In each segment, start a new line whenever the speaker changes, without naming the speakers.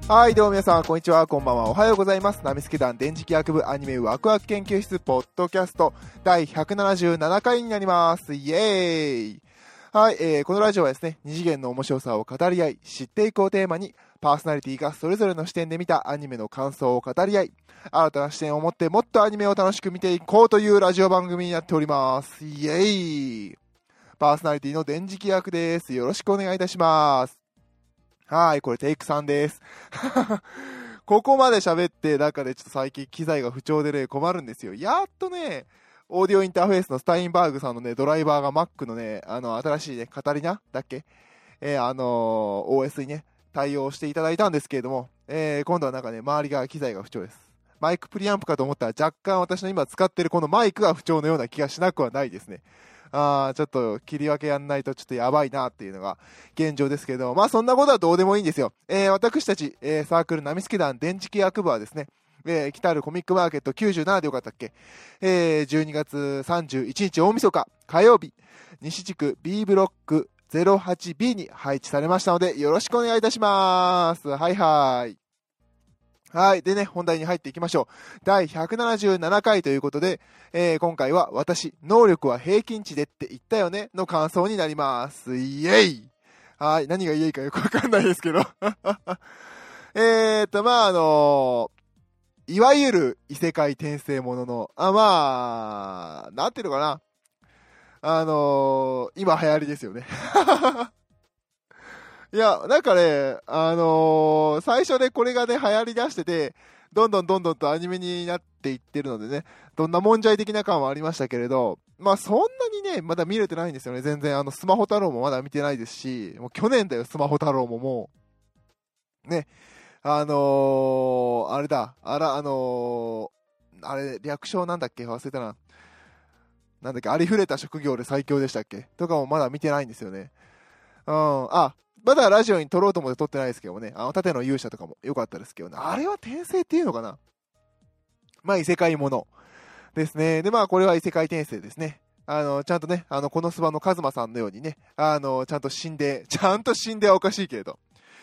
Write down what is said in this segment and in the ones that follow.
はい、どうも皆さん、こんにちは、こんばんは、おはようございます。ナミスケ団電磁気学部アニメワクワク研究室ポッドキャスト第177回になります。イエーイ。はい、このラジオはですね、二次元の面白さを語り合い、知っていこうをテーマに、パーソナリティがそれぞれの視点で見たアニメの感想を語り合い、新たな視点を持ってもっとアニメを楽しく見ていこうというラジオ番組になっております。イエーイ。パーソナリティの電磁気学です。よろしくお願いいたします。はい、これテイク3です。ここまで喋って、なんかね、ちょっと最近機材が不調でね、困るんですよ。やっとね、オーディオインターフェースのスタインバーグさんのね、ドライバーが Mac のね、新しいね、カタリナだっけOS にね、対応していただいたんですけれども、今度はなんかね、周りが機材が不調です。マイクプリアンプかと思ったら若干私の今使ってるこのマイクが不調のような気がしなくはないですね。ちょっと切り分けやんないとちょっとやばいなっていうのが現状ですけど、まあそんなことはどうでもいいんですよ。私たち、サークルナミスケ団電磁気学部はですね、来たるコミックマーケット97でよかったっけ、12月31日大晦日火曜日、西地区 B ブロック 08B に配置されましたので、よろしくお願いいたします。はいはい。はい。でね、本題に入っていきましょう。第177回ということで、今回は私、能力は平均値でって言ったよねの感想になります。イエイ。はい。何がイエイかよくわかんないですけど。まあ、いわゆる異世界転生ものの、なんていうのかな。今流行りですよね。いや、なんかね、最初ね、これがね、流行り出してて、どんどんとアニメになっていってるのでね、どんなもんじゃい的な感はありましたけれど、まあそんなにね、まだ見れてないんですよね、全然。スマホ太郎もまだ見てないですし、もう去年だよ、スマホ太郎ももう。ね、あれだ、あれ、略称なんだっけ忘れたな。なんだっけ、ありふれた職業で最強でしたっけとかもまだ見てないんですよね。まだラジオに撮ろうと思って撮ってないですけどね、盾の勇者とかも良かったですけどね、あれは転生っていうのかな。まあ異世界ものですね。で、まあこれは異世界転生ですね。ちゃんとね、このスバのカズマさんのようにね、ちゃんと死んではおかしいけれど、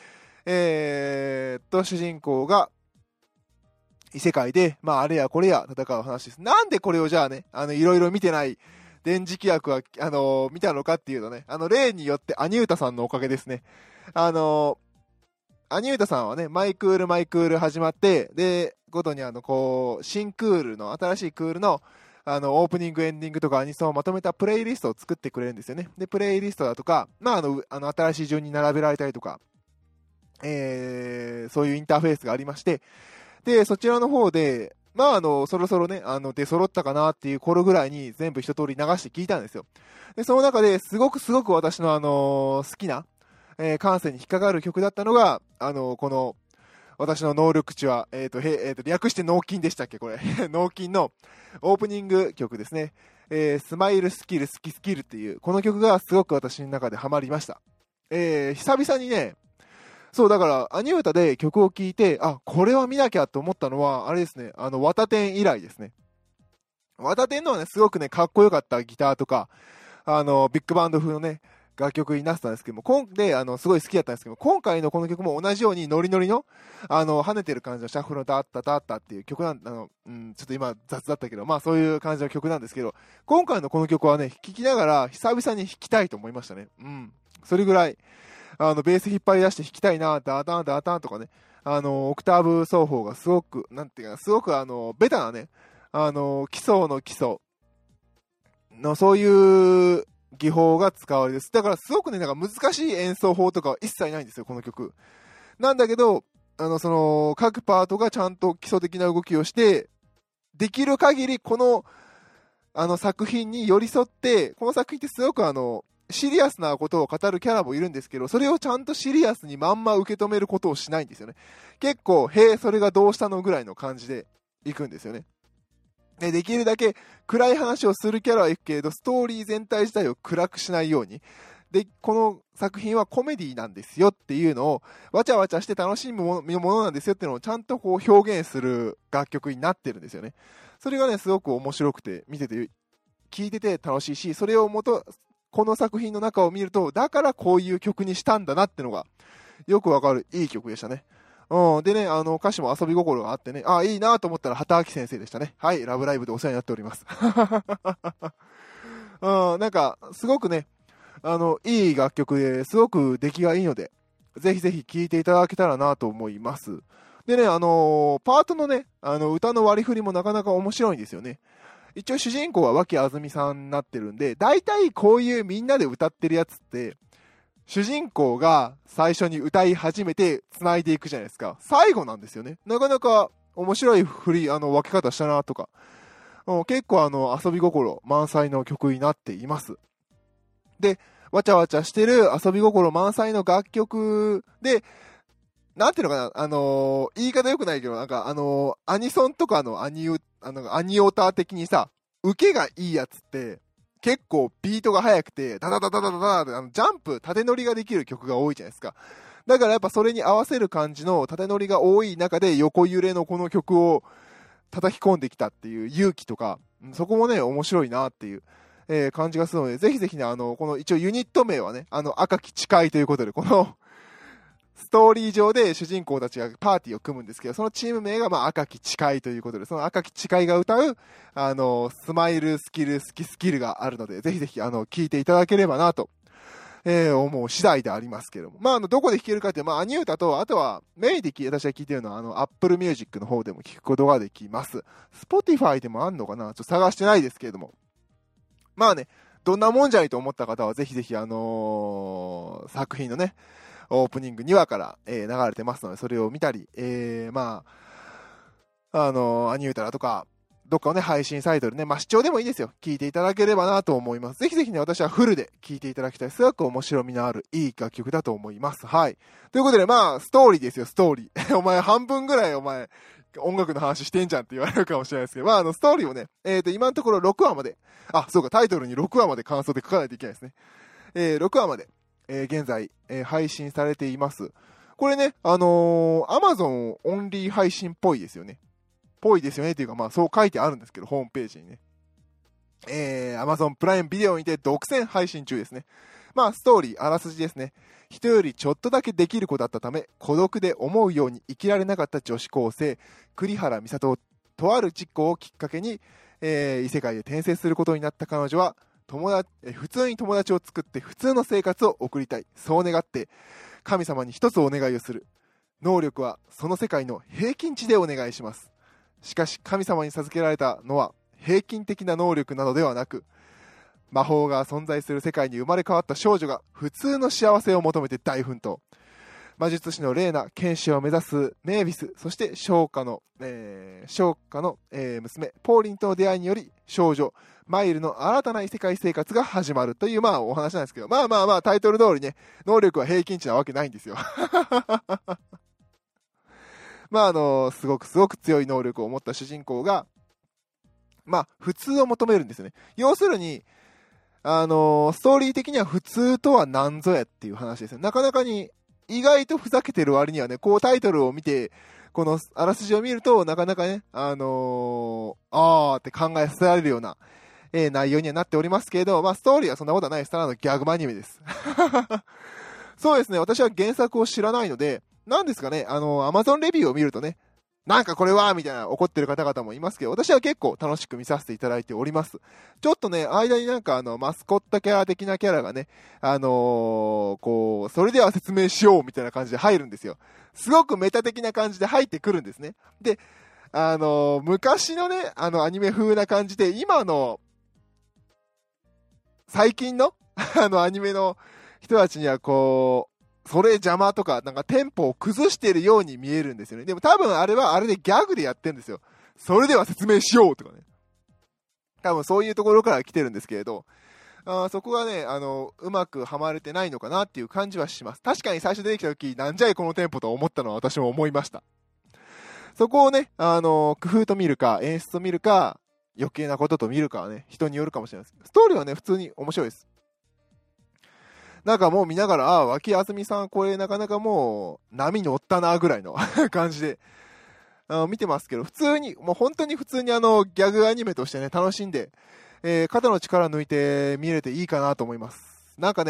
主人公が異世界で、まああれやこれや戦う話です。なんでこれをじゃあね、いろいろ見てない電磁気役は、見たのかっていうとね、例によってアニュータさんのおかげですね。アニュータさんはね、マイクール始まって、で、ごとに新クールの、新しいクールの、オープニング、エンディングとかアニソンをまとめたプレイリストを作ってくれるんですよね。で、プレイリストだとか、まあ、新しい順に並べられたりとか、そういうインターフェースがありまして、で、そちらの方で、まあ、そろそろね、出揃ったかなっていう頃ぐらいに全部一通り流して聞いたんですよ。で、その中ですごく私の好きな、感性に引っかかる曲だったのが、この、私の能力値は、略して脳筋でしたっけこれ。脳筋のオープニング曲ですね。スマイルスキル、スキルっていう、この曲がすごく私の中でハマりました。久々にね、そう、だから、アニュータで曲を聴いて、これは見なきゃと思ったのは、あれですね、ワタテン以来ですね。ワタテンのはね、すごくね、かっこよかったギターとか、ビッグバンド風のね、楽曲になってたんですけども、すごい好きだったんですけども、今回のこの曲も同じようにノリノリの、跳ねてる感じのシャッフルのダッタダッタっていう曲ちょっと今雑だったけど、まあそういう感じの曲なんですけど、今回のこの曲はね、聴きながら久々に弾きたいと思いましたね。それぐらい、ベース引っ張り出して弾きたいな、ダータンダータンとかね、オクターブ奏法がすごく、なんていうか、すごくベタなね、基礎の基礎のそういう技法が使われるです。だからすごくね、なんか難しい演奏法とかは一切ないんですよ、この曲。なんだけど、各パートがちゃんと基礎的な動きをして、できる限りこの、作品に寄り添って、この作品ってすごくシリアスなことを語るキャラもいるんですけど、それをちゃんとシリアスにまんま受け止めることをしないんですよね。結構、それがどうしたのぐらいの感じでいくんですよね。できるだけ暗い話をするキャラは行くけれど、ストーリー全体自体を暗くしないように。で、この作品はコメディなんですよっていうのを、わちゃわちゃして楽しむものなんですよっていうのをちゃんとこう表現する楽曲になってるんですよね。それがね、すごく面白くて、見てて、聴いてて楽しいし、それをこの作品の中を見ると、だからこういう曲にしたんだなってのが、よくわかるいい曲でしたね。 でね、歌詞も遊び心があってね、いいなと思ったら畑明先生でしたね。はい、ラブライブでお世話になっております。なんか、すごくね、いい楽曲ですごく出来がいいので、ぜひぜひ聴いていただけたらなと思います。でね、パートのね、歌の割り振りもなかなか面白いんですよね。一応主人公は脇あずみさんになってるんで、大体こういうみんなで歌ってるやつって、主人公が最初に歌い始めて繋いでいくじゃないですか。最後なんですよね。なかなか面白い分け方したなとか、結構遊び心満載の曲になっています。で、わちゃわちゃしてる遊び心満載の楽曲で、なんていうのかな、言い方良くないけど、なんかアニソンとかのアニオタ的にさ、受けがいいやつって、結構ビートが速くて、ダダダダダダダジャンプ、縦乗りができる曲が多いじゃないですか。だからやっぱそれに合わせる感じの縦乗りが多い中で横揺れのこの曲を叩き込んできたっていう勇気とか、そこもね、面白いなっていう。感じがするので、ぜひぜひね、この一応ユニット名はね、赤き誓いということで、このストーリー上で主人公たちがパーティーを組むんですけど、そのチーム名が赤き誓いということで、その赤き誓いが歌う、スマイルスキルスキルがあるので、ぜひぜひ、聞いていただければなと、思う次第でありますけども。どこで聴けるかって、アニュータと、あとは、メインで私が聴いてるのは、Apple Music の方でも聴くことができます。Spotify でもあんのかなちょっと探してないですけれども。どんなもんじゃいと思った方は、ぜひぜひ、作品のね、オープニング2話から、流れてますので、それを見たり、アニュータラとか、どっかのね、配信サイトでね、視聴でもいいですよ。聞いていただければなと思います。ぜひぜひね、私はフルで聞いていただきたい。すごく面白みのある、いい楽曲だと思います。はい。ということで、ストーリーですよ、ストーリー。お前、半分ぐらい、音楽の話してんじゃんって言われるかもしれないですけど、ストーリーをね、今のところ6話まで、そうか、タイトルに6話まで感想で書かないといけないですね。6話まで、現在、配信されています。これね、Amazon オンリー配信っぽいですよね。ぽいですよねっていうか、そう書いてあるんですけど、ホームページにね。Amazon プライムビデオにて独占配信中ですね。ストーリー、あらすじですね。人よりちょっとだけできる子だったため、孤独で思うように生きられなかった女子高生、栗原美里をとある事故をきっかけに、異世界へ転生することになった彼女は、普通に友達を作って普通の生活を送りたい。そう願って、神様に一つお願いをする。能力はその世界の平均値でお願いします。しかし神様に授けられたのは平均的な能力などではなく、魔法が存在する世界に生まれ変わった少女が普通の幸せを求めて大奮闘。魔術師のレーナ、剣士を目指すメービス、そして昇華の、娘ポーリンとの出会いにより少女マイルの新たな異世界生活が始まるというお話なんですけど、タイトル通りね、能力は平均値なわけないんですよ。すごく強い能力を持った主人公が普通を求めるんですよね。要するにストーリー的には普通とは何ぞやっていう話ですね。なかなかに意外とふざけてる割にはね、こうタイトルを見て、このあらすじを見ると、なかなかね、って考えさせられるような、内容にはなっておりますけれど、ストーリーはそんなことはないです。ただのギャグアニメです。そうですね、私は原作を知らないので、なんですかね、Amazon レビューを見るとね、なんかこれはみたいな怒ってる方々もいますけど、私は結構楽しく見させていただいております。ちょっとね、間になんかマスコットキャラ的なキャラがね、それでは説明しようみたいな感じで入るんですよ。すごくメタ的な感じで入ってくるんですね。で、昔のね、アニメ風な感じで、今の、最近のアニメの人たちにはそれ邪魔とか、なんかテンポを崩しているように見えるんですよね。でも多分あれはあれでギャグでやってるんですよ。それでは説明しようとかね。多分そういうところから来てるんですけれど、そこがね、うまくはまれてないのかなっていう感じはします。確かに最初出てきた時、なんじゃいこのテンポと思ったのは私も思いました。そこをね、工夫と見るか、演出と見るか、余計なことと見るかはね、人によるかもしれないです。ストーリーはね、普通に面白いです。なんかもう見ながら、脇あずみさんこれなかなかもう波に乗ったなぐらいの感じで見てますけど、普通に、もう本当に普通にギャグアニメとしてね、楽しんで、肩の力抜いて見れていいかなと思います。なんかね、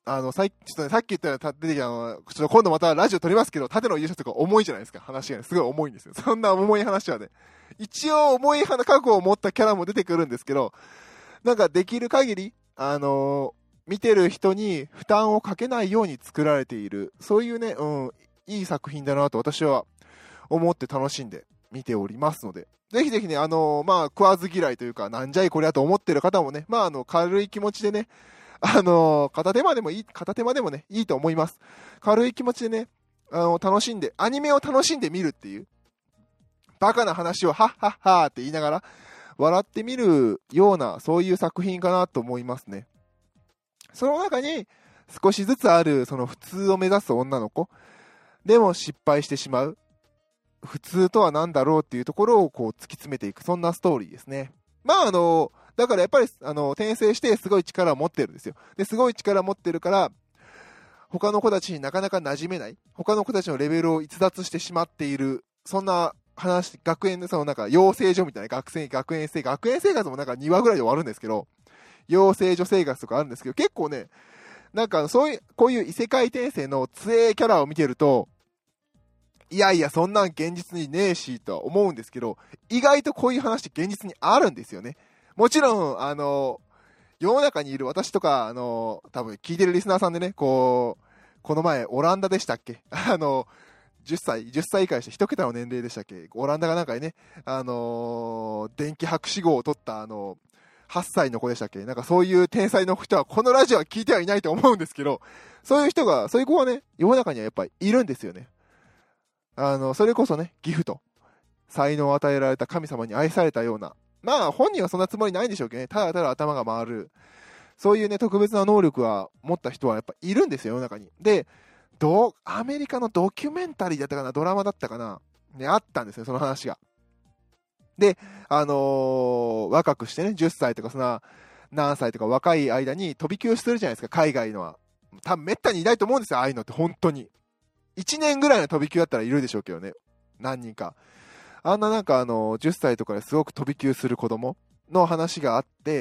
ちょっとね、さっき言ったら出てきたちょっと今度またラジオ撮りますけど、縦の優勝とか重いじゃないですか、話がね、すごい重いんですよ。そんな重い話はね、一応重い覚悟を持ったキャラも出てくるんですけど、なんかできる限り、見てる人に負担をかけないように作られている、そういうね、いい作品だなと私は思って楽しんで見ておりますので、ぜひぜひね、食わず嫌いというか、なんじゃいこりゃと思ってる方もね、軽い気持ちでね、片手間でもね、いいと思います。軽い気持ちでね、楽しんで、アニメを楽しんで見るっていう、バカな話をはっはっはーって言いながら、笑ってみるような、そういう作品かなと思いますね。その中に、少しずつある、その普通を目指す女の子、でも失敗してしまう。普通とは何だろうっていうところをこう突き詰めていく、そんなストーリーですね。だからやっぱり、転生してすごい力を持ってるんですよ。で、すごい力を持ってるから、他の子たちになかなか馴染めない、他の子たちのレベルを逸脱してしまっている、そんな話、学園でなんか養成所みたいな学園生活もなんか2話ぐらいで終わるんですけど、養成所生活とかあるんですけど、結構ね、なんかこういう異世界転生の強いキャラを見てると、いやいや、そんなん現実にねえし、とは思うんですけど、意外とこういう話って現実にあるんですよね。もちろん、世の中にいる私とか、多分聞いてるリスナーさんでね、この前、オランダでしたっけ10歳以下でした。一桁の年齢でしたっけ、オランダがなんかにね、電気博士号を取った、8歳の子でしたっけ、なんかそういう天才の人は、このラジオは聞いてはいないと思うんですけど、そういう子がね、世の中にはやっぱりいるんですよね。それこそね、ギフト、才能を与えられた神様に愛されたような、本人はそんなつもりないんでしょうけどね、ただただ頭が回る、そういうね、特別な能力は持った人はやっぱいるんですよ、世の中に。で、アメリカのドキュメンタリーだったかな、ドラマだったかな、ね、あったんですよ、その話が。で、若くしてね、10歳とかそんな、何歳とか若い間に飛び級するじゃないですか、海外のは。多分めったにいないと思うんですよ、ああいうのって本当に。1年ぐらいの飛び級だったらいるでしょうけどね、何人か。なんか10歳とかですごく飛び級する子供の話があって、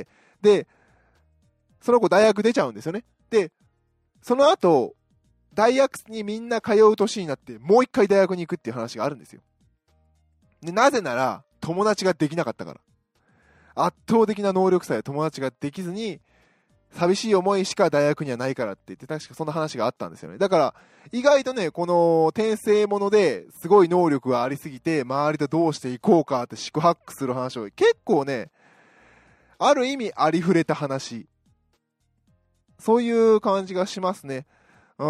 で、その子大学出ちゃうんですよね。で、その後、大学にみんな通う年になって、もう一回大学に行くっていう話があるんですよ。で、なぜなら、友達ができなかったから。圧倒的な能力差で友達ができずに、寂しい思いしか大学にはないからって言って、確かそんな話があったんですよね。だから、意外とね、この転生ものですごい能力がありすぎて、周りとどうしていこうかって四苦八苦する話を、結構ね、ある意味ありふれた話。そういう感じがしますね。うん。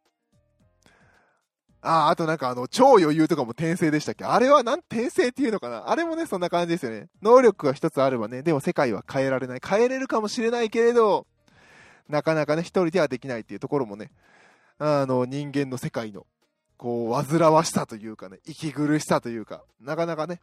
あとなんか超余裕とかも転生でしたっけ、あれは転生っていうのかな、あれもね、そんな感じですよね。能力が一つあればね、でも世界は変えられない。変えれるかもしれないけれど、なかなかね、一人ではできないっていうところもね、人間の世界の、こう、煩わしさというかね、息苦しさというか、なかなかね、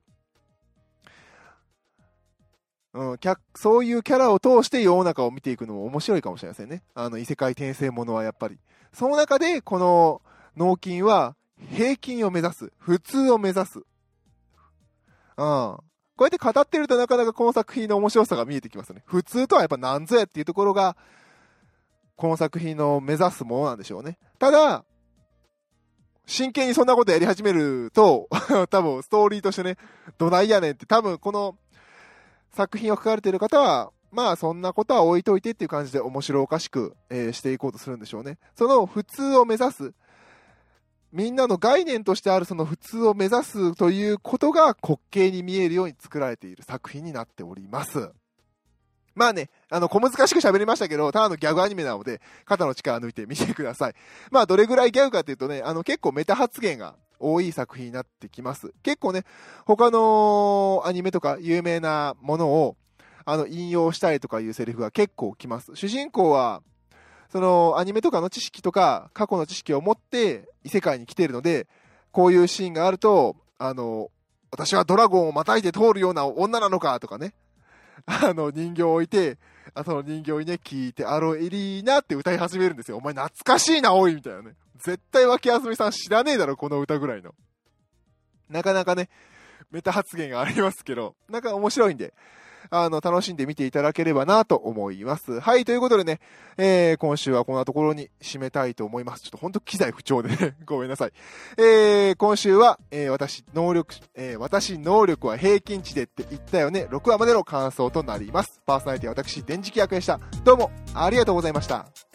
そういうキャラを通して世の中を見ていくのも面白いかもしれませんね。異世界転生ものはやっぱり。その中で、この脳筋は平均を目指す。普通を目指す。こうやって語ってるとなかなかこの作品の面白さが見えてきますね。普通とはやっぱ何ぞやっていうところが、この作品の目指すものなんでしょうね。ただ、真剣にそんなことやり始めると、多分ストーリーとしてね、どないやねんって多分この作品を書かれている方は、そんなことは置いといてっていう感じで面白おかしく、していこうとするんでしょうね。その普通を目指す、みんなの概念としてあるその普通を目指すということが滑稽に見えるように作られている作品になっております。小難しく喋りましたけど、ただのギャグアニメなので、肩の力抜いてみてください。どれぐらいギャグかというとね、結構メタ発言が多い作品になってきます。結構ね、他のアニメとか有名なものを、引用したりとかいうセリフが結構きます。主人公は、そのアニメとかの知識とか過去の知識を持って異世界に来ているので、こういうシーンがあると、私はドラゴンをまたいで通るような女なのかとかね、人形を置いて、その人形にね、聞いて、アロエリーナって歌い始めるんですよ。お前懐かしいな、おいみたいなね。絶対脇あずみさん知らねえだろ、この歌ぐらいの。なかなかね、メタ発言がありますけど、なんか面白いんで、 楽しんで見ていただければなと思います。はい、ということでね、今週はこんなところに締めたいと思います。ちょっとほんと機材不調でね、ごめんなさい。今週は、私能力は平均値でって言ったよね、6話までの感想となります。パーソナリティは私、電磁気役でした。どうもありがとうございました。